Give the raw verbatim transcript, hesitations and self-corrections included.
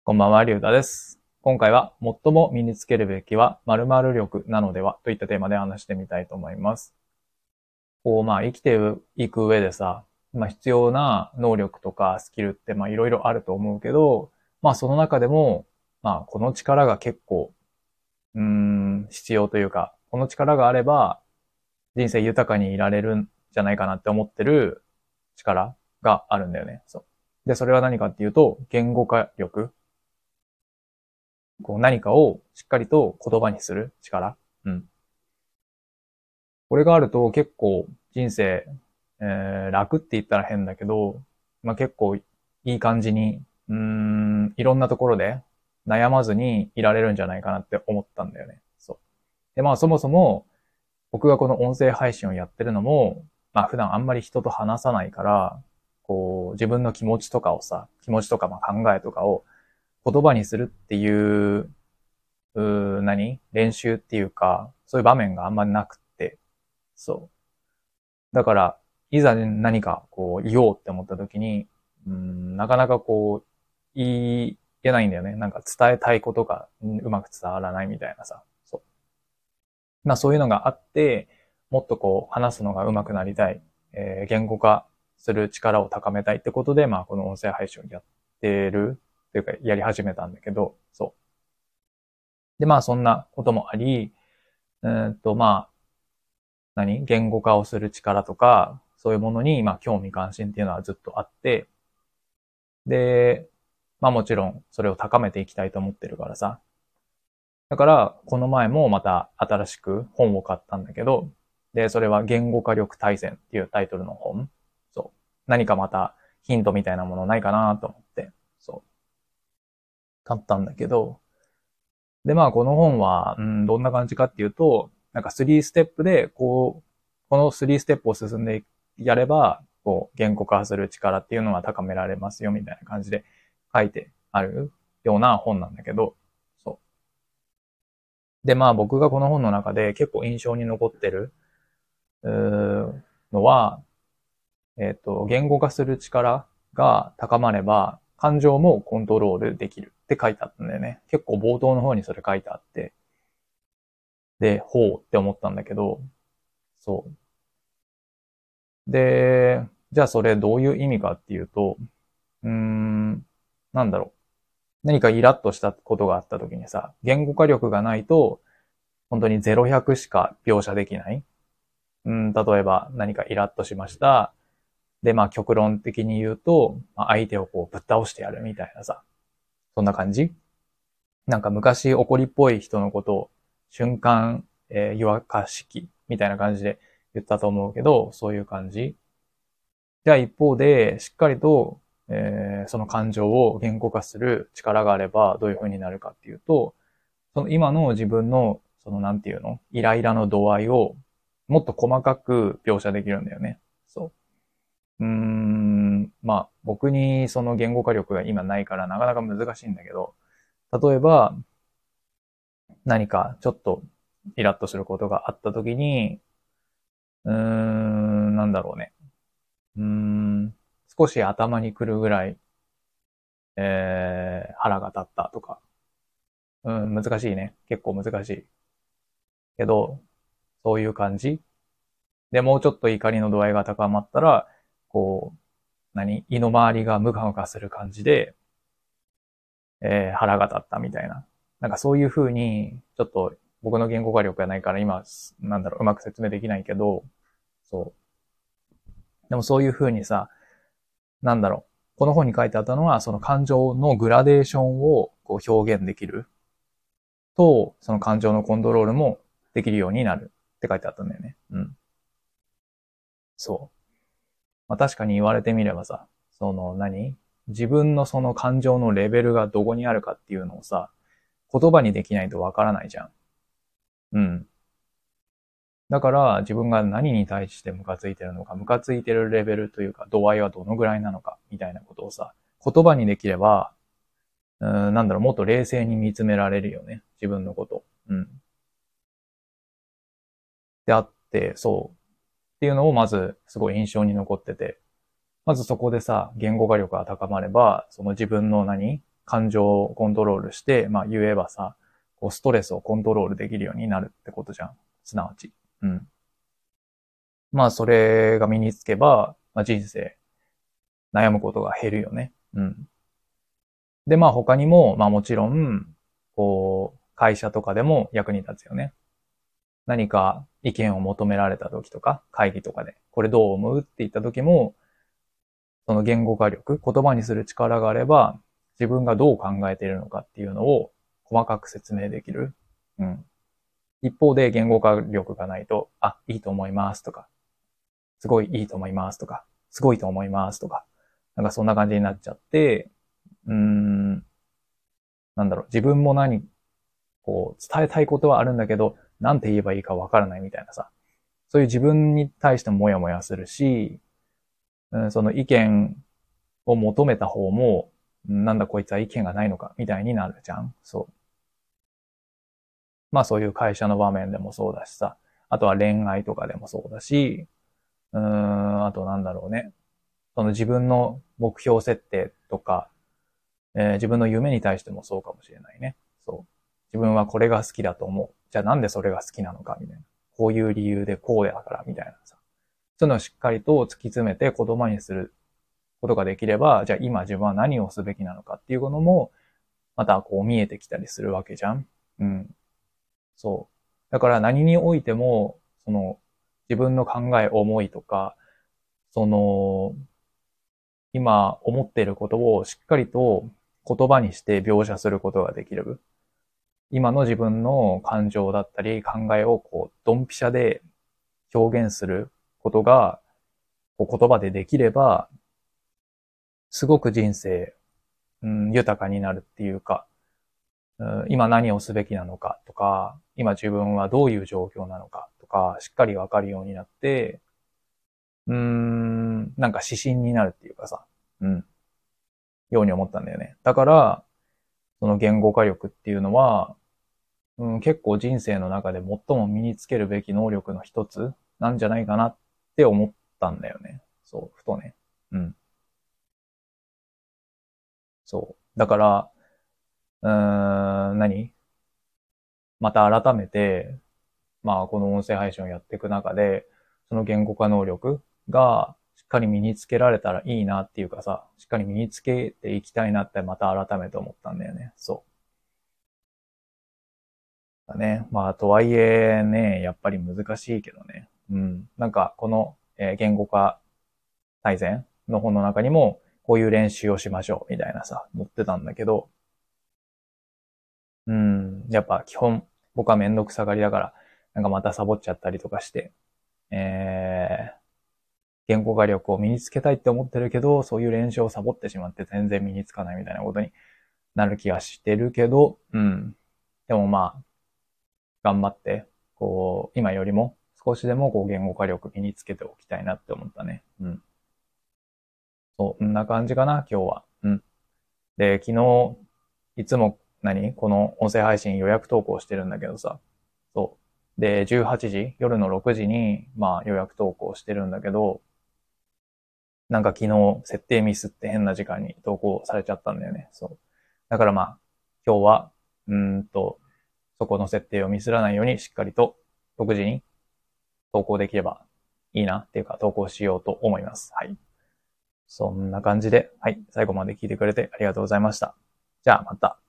こんばんは、りゅうたです。今回は、最も身につけるべきは〇〇力なのではといったテーマで話してみたいと思います。こう、まあ、生きていく上でさ、まあ、必要な能力とかスキルって、まあ、いろいろあると思うけど、まあ、その中でも、まあ、この力が結構、うーん、必要というか、この力があれば、人生豊かにいられるんじゃないかなって思ってる力があるんだよね。そう。で、それは何かっていうと、言語化力。こう何かをしっかりと言葉にする力。うん。これがあると結構人生、えー、楽って言ったら変だけど、まあ、結構いい感じに、うーん、いろんなところで悩まずにいられるんじゃないかなって思ったんだよね。そう。で、まあそもそも僕がこの音声配信をやってるのも、まあ普段あんまり人と話さないから、こう自分の気持ちとかをさ、気持ちとかまあ考えとかを言葉にするっていううー、何練習っていうか、そういう場面があんまりなくって、そう。だから、いざ何かこう言おうって思った時に、うん、なかなかこう、言えないんだよね。なんか伝えたいことがうまく伝わらないみたいなさ。そう。まあそういうのがあって、もっとこう話すのが上手くなりたい、えー、言語化する力を高めたいってことで、まあこの音声配信をやってるというかやり始めたんだけど、そう。でまあそんなこともあり、うんとまあ何言語化をする力とか、そういうものに、まあ、興味関心っていうのはずっとあって、で、まあもちろん、それを高めていきたいと思ってるからさ。だから、この前もまた新しく本を買ったんだけど、で、それは言語化力大全っていうタイトルの本。そう。何かまたヒントみたいなものないかなと思って、そう。買ったんだけど、で、まあこの本は、うん、どんな感じかっていうと、なんかスリーステップで、こう、このスリーステップを進んでやれば、こう、言語化する力っていうのは高められますよ、みたいな感じで書いてあるような本なんだけど、そう。で、まあ僕がこの本の中で結構印象に残ってる、うーのは、えっと、言語化する力が高まれば、感情もコントロールできるって書いてあったんだよね。結構冒頭の方にそれ書いてあって、で、ほうって思ったんだけど、そう。で、じゃあそれどういう意味かっていうと、うーん、なんだろう。何かイラッとしたことがあった時にさ、言語化力がないと、本当にゼロひゃくしか描写できない。うん、例えば何かイラッとしました。で、まあ極論的に言うと、まあ、相手をこうぶっ倒してやるみたいなさ、そんな感じ。なんか昔怒りっぽい人のことを瞬間、えー、湯沸かし器みたいな感じで言ったと思うけど、そういう感じ。じゃあ一方で、しっかりと、えー、その感情を言語化する力があれば、どういう風になるかっていうと、その今の自分の、そのなんていうのイライラの度合いを、もっと細かく描写できるんだよね。そう。うーん、まあ、僕にその言語化力が今ないからなかなか難しいんだけど、例えば、何かちょっとイラッとすることがあった時に、うーん、なんだろうね。うーん、少し頭に来るぐらい、えー、腹が立ったとか。うん、難しいね。結構難しい。けど、そういう感じ。で、もうちょっと怒りの度合いが高まったら、こう、何胃の周りがムカムカする感じで、えー、腹が立ったみたいな。なんかそういう風に、ちょっと僕の言語化力がないから今、なんだろう、うまく説明できないけど、そう。でもそういう風にさ、なんだろう。この本に書いてあったのは、その感情のグラデーションをこう表現できると、その感情のコントロールもできるようになるって書いてあったんだよね。うん。そう。まあ確かに言われてみればさ、その何自分のその感情のレベルがどこにあるかっていうのをさ、言葉にできないとわからないじゃん。うん。だから自分が何に対してムカついてるのか、ムカついてるレベルというか度合いはどのぐらいなのか、みたいなことをさ、言葉にできれば、うん、なんだろう、もっと冷静に見つめられるよね。自分のこと。うん。であって、そう。っていうのをまずすごい印象に残ってて。まずそこでさ、言語化力が高まれば、その自分の何感情をコントロールして、まあ言えばさ、こうストレスをコントロールできるようになるってことじゃん。すなわち。うん。まあそれが身につけば、まあ人生悩むことが減るよね。うん。で、まあ他にも、まあもちろん、こう、会社とかでも役に立つよね。何か意見を求められた時とか、会議とかで、これどう思うって言った時も、その言語化力、言葉にする力があれば、自分がどう考えているのかっていうのを細かく説明できる。うん。一方で言語化力がないと、あ、いいと思いますとか、すごいいいと思いますとか、すごいと思いますとか、なんかそんな感じになっちゃって、うーん、なんだろう、自分も何、こう、伝えたいことはあるんだけど、なんて言えばいいかわからないみたいなさ、そういう自分に対してもモヤモヤするし、うん、その意見を求めた方も、なんだこいつは意見がないのか、みたいになるじゃん。そう。まあそういう会社の場面でもそうだしさ、あとは恋愛とかでもそうだし、うーん、あとなんだろうね。その自分の目標設定とか、えー自分の夢に対してもそうかもしれないね。そう。自分はこれが好きだと思う。じゃあなんでそれが好きなのか、みたいな。こういう理由でこうだから、みたいなさ。そういうのをしっかりと突き詰めて言葉にすることができれば、じゃあ今自分は何をすべきなのかっていうのも、またこう見えてきたりするわけじゃん。うん。そう。だから何においても、その、自分の考え、思いとか、その、今思っていることをしっかりと言葉にして描写することができる。今の自分の感情だったり考えをこう、ドンピシャで表現することが、こう言葉でできれば、すごく人生、うん、豊かになるっていうか、うん、今何をすべきなのかとか、今自分はどういう状況なのかとか、しっかりわかるようになって、うーん、なんか指針になるっていうかさ、うん、ように思ったんだよね。だから、その言語化力っていうのは、うん、結構人生の中で最も身につけるべき能力の一つなんじゃないかなって思ったんだよね。そう、ふとね。うん。そう。だから、うーん、何また改めて、まあ、この音声配信をやっていく中で、その言語化能力がしっかり身につけられたらいいなっていうかさ、しっかり身につけていきたいなってまた改めて思ったんだよね。そう。だね。まあ、とはいえね、やっぱり難しいけどね。うん。なんか、この、えー言語化大全の本の中にも、こういう練習をしましょうみたいなさ、載ってたんだけど、うん。やっぱ基本、僕はめんどくさがりだから、なんかまたサボっちゃったりとかして、えー、言語化力を身につけたいって思ってるけど、そういう練習をサボってしまって全然身につかないみたいなことになる気がしてるけど、うん。でもまあ、頑張って、こう、今よりも少しでもこう言語化力身につけておきたいなって思ったね。うん。そう、こんな感じかな、今日は。うん。で、昨日、いつも何この音声配信予約投稿してるんだけどさ。そう。で、じゅうはちじ、夜のろくじに、まあ予約投稿してるんだけど、なんか昨日設定ミスって変な時間に投稿されちゃったんだよね。そう。だからまあ、今日は、うーんと、そこの設定をミスらないようにしっかりとろくじに投稿できればいいなっていうか投稿しようと思います。はい。そんな感じで、はい。最後まで聞いてくれてありがとうございました。じゃあまた。